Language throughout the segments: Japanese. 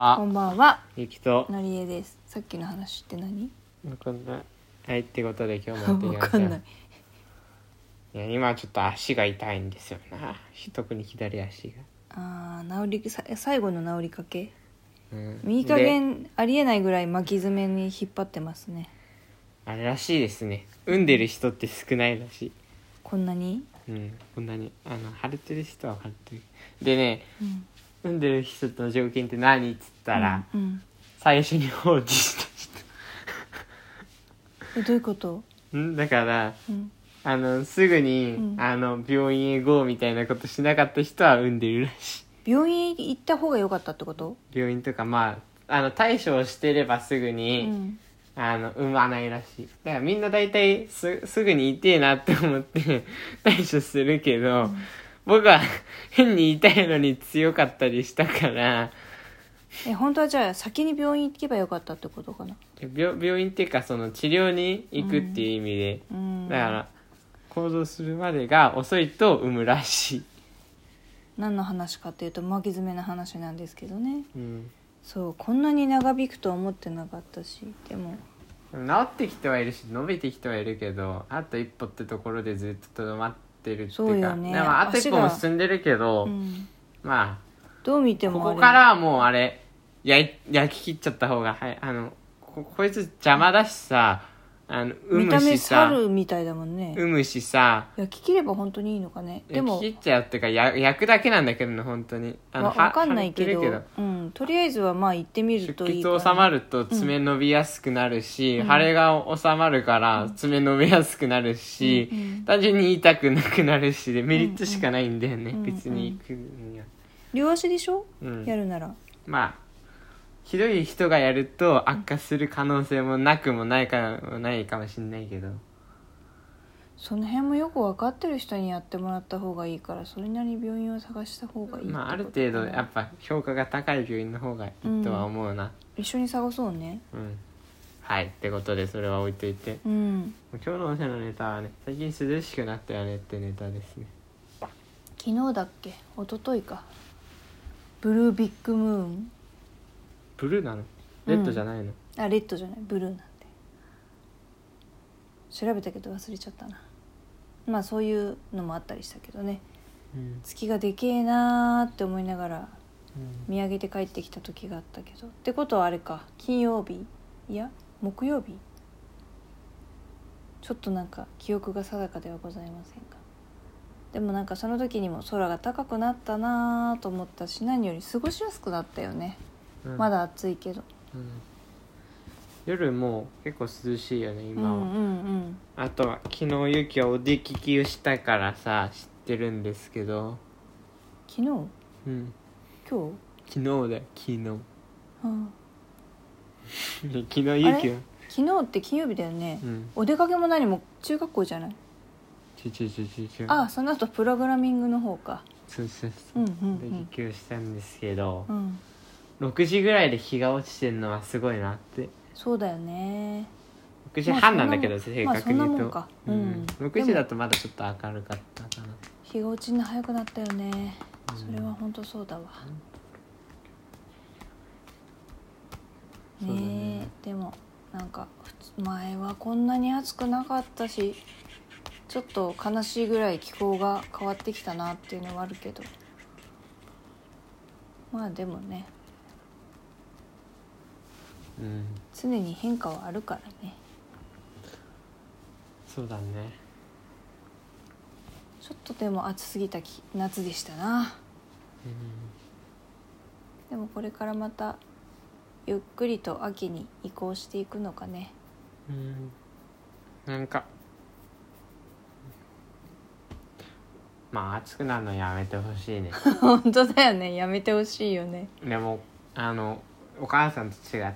こんばんは。 ゆきとのりえです。さっきの話って何？ わかんない。はい、ってことで今日もやっていきわましょう。 かんない。 いや今ちょっと足が痛いんですよな。特に左足が。 最後の治りかけ。 うん、 いい加減ありえないぐらい巻き爪に引っ張ってますね。 あれらしいですね。産んでる人って少ないらしい。 こんなに？ こんなに腫れてる人は腫れてる。でね、 うん産んでる人の条件って何っつったら、 うん最初に放置したどういうこと？ 人。だからうんすぐに、 うん病院へ GO みたいなことしなかった人は産んでるらしい。 病院行った方が良かったってこと？ 病院とか対処をしてればすぐうに、 ん産まないらしい。だからみんな大体すぐに痛えなって思って対処するけど、僕は変に痛いのに強かったりしたから、 本当はじゃあ先に病院行けばよかったってことかな？ 病院っていうかその治療に行くっていう意味で、 うんだから行動するまでが遅いと産むらしい。 何の話かっていうと巻き爪の話なんですけどね。 うんそうこんなに長引くとは思ってなかったし、でも治ってきてはいるし伸びてきてはいるけど、あと一歩ってところでずっととどまってるっていうか、 そうよね。 でもあと一歩も進んでるけど、まどう見てあもここからはもうあれ焼き切っちゃった方がこいつ邪魔だしさ、産見た目むしさ猿みたいだもんね。 産むしさ、 焼き切れば本当にいいのかね。でも焼き切っちゃうっていうか焼くだけなんだけどね、本当にわかんないけど、 腫れてるとりあえずはまあ行ってみるといいかな。 出血収まると爪伸びやすくなるし、 うん腫れが収まるから爪伸びやすくなるし、単純に痛くなくなるしでメリットしかないんだよね、別に行くには。 両足でしょ、 うんやるなら。 まあひどい人がやると悪化する可能性もなくもないかもしれないけど、 その辺もよく分かってる人にやってもらった方がいいから、それなりに病院を探した方がいいってことかな。 ある程度やっぱ評価が高い病院の方がいいとは思うな。 一緒に探そうね。 はいってことでそれは置いといて、今日のお世のネタはね、最近涼しくなったよねってネタですね。 昨日だっけ一昨日か。ブルービッグムーン。 ブルーなの？レッドじゃないの？ レッドじゃない、ブルーなんで。調べたけど忘れちゃったな。まあそういうのもあったりしたけどね、月がでけえなーって思いながら見上げて帰ってきた時があったけど、ってことはあれか、金曜日、いや木曜日、ちょっとなんか記憶が定かではございませんが、でもなんかその時にも空が高くなったなと思ったし、何より過ごしやすくなったよね。まだ暑いけど、 夜も結構涼しいよね今は。あとは昨日ゆきはお出聞きをしたからさ知ってるんですけど、 昨日、今日、 昨日だよ昨日昨日ゆきは昨日って金曜日だよね、お出かけも何も中学校じゃない？その後プログラミングの方か。 そうで実況したんですけど、6時ぐらいで日が落ちてるのはすごいなって。 そうだよね。 6時半なんだけど、正確に言うと、6時だとまだちょっと明るかったかな。 日が落ちるの早くなったよね、それは本当そうだわ、ねえ。でもなんか前はこんなに暑くなかったし、ちょっと悲しいぐらい気候が変わってきたなっていうのはあるけど、まあでもね、常に変化はあるからね。 そうだね。 ちょっとでも暑すぎた夏でしたな、でもこれからまたゆっくりと秋に移行していくのかね。 なんか暑くなるのやめてほしいね本当だよね、やめてほしいよね。 でもお母さんと違って、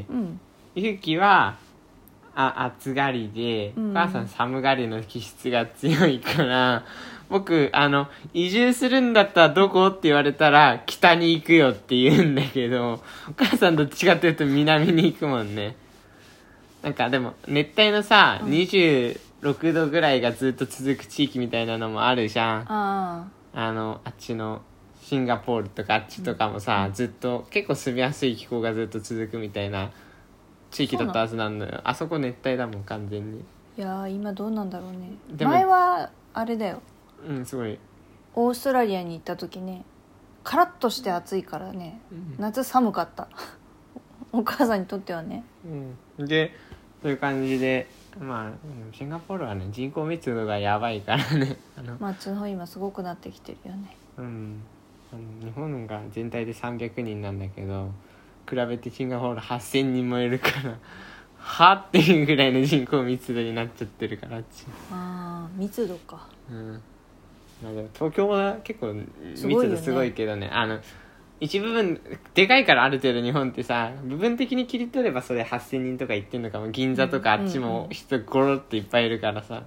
ゆきは暑がりで、お母さん寒がりの気質が強いから、僕移住するんだったらどこって言われたら北に行くよって言うんだけど、お母さんどっちかっていうと南に行くもんね。なんかでも熱帯のさ、26度ぐらいがずっと続く地域みたいなのもあるじゃん。あっちのシンガポールとかあっちとかもさ、ずっと結構住みやすい気候がずっと続くみたいな地域だったはずなんだよ。あそこ熱帯だもん完全に。 いや今どうなんだろうね。 でも前はあれだよ、 すごいオーストラリアに行った時ね、カラッとして暑いからね、夏寒かったお母さんにとってはね。 でそういう感じで、まあシンガポールはね人口密度がやばいからねまあその方今すごくなってきてるよね。 日本が全体で300人なんだけど、比べてシンガポール8000人もいるからはっていうぐらいの人口密度になっちゃってるから、あっち。 密度か。 まあ、でも東京は結構密度すごいけどね、一部分でかいからある程度日本ってさ、部分的に切り取ればそれ8000人とか言ってんのかも。銀座とかあっちも人ゴロっていっぱいいるからさ。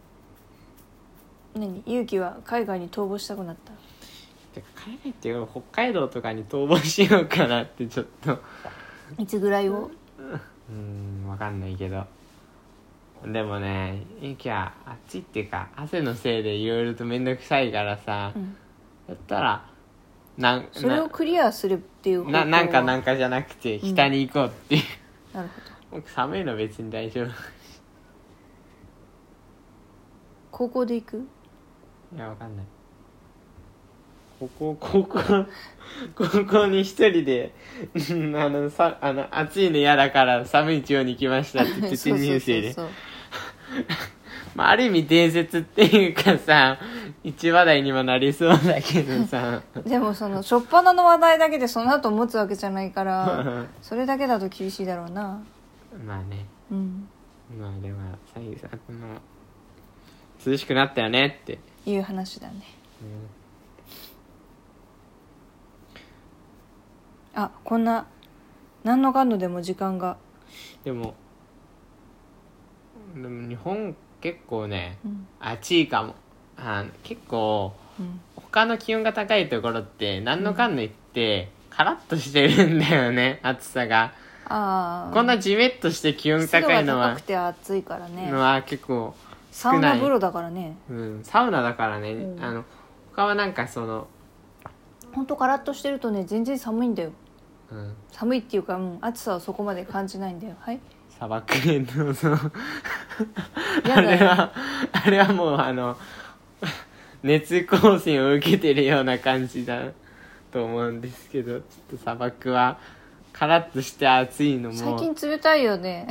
勇気は海外に逃亡したくなった？ 海外っていうか北海道とかに逃亡しようかなってちょっと。 いつぐらいを？ 分かんないけど、でもね勇気は暑いっていうか汗のせいでいろいろと面倒くさいからさ、だったらそれをクリアするっていう方法はなんかじゃなくて北に行こうっていう、 なるほど。 僕寒いの別に大丈夫。 高校で行く？ いや分かんない。高校に一人で暑いの嫌だから寒い地方に行きましたって言って転入生でまあある意味伝説っていうかさ、一話題にもなりそうだけどさでもその初っ端の話題だけでその後持つわけじゃないからそれだけだと厳しいだろうな。 まあね、まあでも最後さ、涼しくなったよねっていう話だね。こんな何のかんのでも時間が。 でも日本結構ね、暑いかも。結構、他の気温が高いところって何のかんの言って、カラッとしてるんだよね、暑さが。こんなジメッとして気温高いのは湿度が高くて暑いからね。 結構サウナ風呂だからね。 サウナだからね。他はなんかほんとカラッとしてるとね全然寒いんだよ。寒いっていうか暑さはそこまで感じないんだよ。はい。 砂漠へのあれはもう熱光線を受けてるような感じだと思うんですけど、ちょっと砂漠はカラッとして暑いのも最近冷たいよね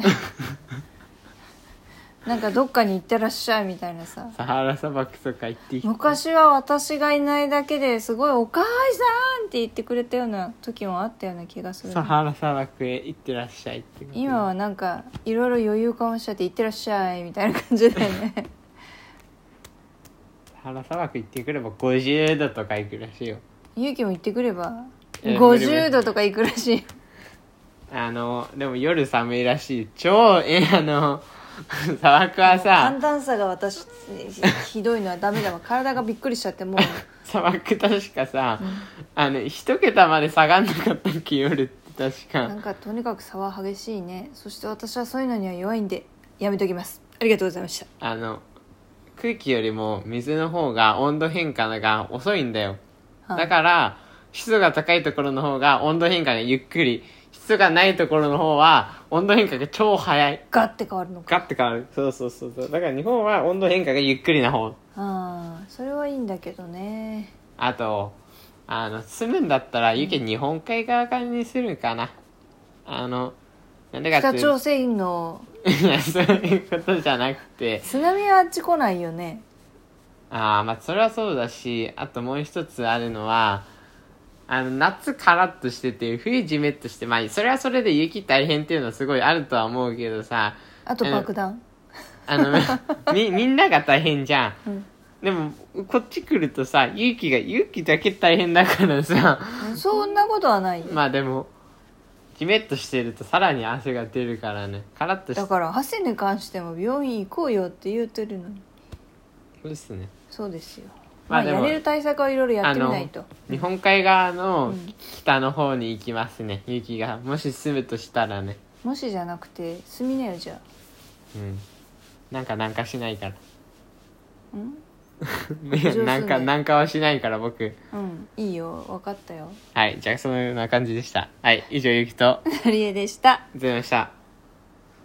なんかどっかに行ってらっしゃいみたいなさ。 サハラ砂漠とか行ってきて、 昔は私がいないだけですごいお母さんって言ってくれたような時もあったような気がする、 サハラ砂漠へ行ってらっしゃいって今はなんかいろいろ余裕かもしれて行ってらっしゃいみたいな感じだよねサハラ砂漠行ってくれば50度とか行くらしいよ。 勇気も行ってくれば50度とか行くらしい。 でも夜寒いらしい。超砂漠はさ、 寒暖差が私ひどいのはダメだわ。体がびっくりしちゃってもう砂漠確かさ、一桁まで下がんなかったっけ夜って確か。 なんかとにかく差は激しいね。そして私はそういうのには弱いんでやめときます。ありがとうございました。 空気よりも水の方が温度変化が遅いんだよ。だから湿度が高いところの方が温度変化がゆっくり、湿度がないところの方は温度変化が超早い。 ガッて変わるのか。 ガッて変わる。そうだから日本は温度変化がゆっくりな方。 それはいいんだけどね。 あと住むんだったら日本海側からにするかな。なんでかって北朝鮮のいやそういうことじゃなくて、 津波はあっち来ないよね。 まあそれはそうだし、あともう一つあるのは夏カラッとしてて冬ジメッとして、まあそれはそれで雪大変っていうのはすごいあるとは思うけどさ、 あと爆弾みんなが大変じゃん、でもこっち来るとさ勇気だけ大変だからさそんなことはない。 まあでもジメッとしてるとさらに汗が出るからね、カラッとして。 だから汗に関しても病院行こうよって言うてるのに。 そうですね。 そうですよ。 まあでもやれる対策はいろいろやってみないと。 日本海側の北の方に行きますね、雪がもし住むとしたらね。 もしじゃなくて住みなよじゃあ。 なんかしないから。 なんかはしないから僕。 うんいいよ分かったよ。 はい、じゃあそんな感じでした。はい、以上ゆきとなりえでした。 ありがとうございました。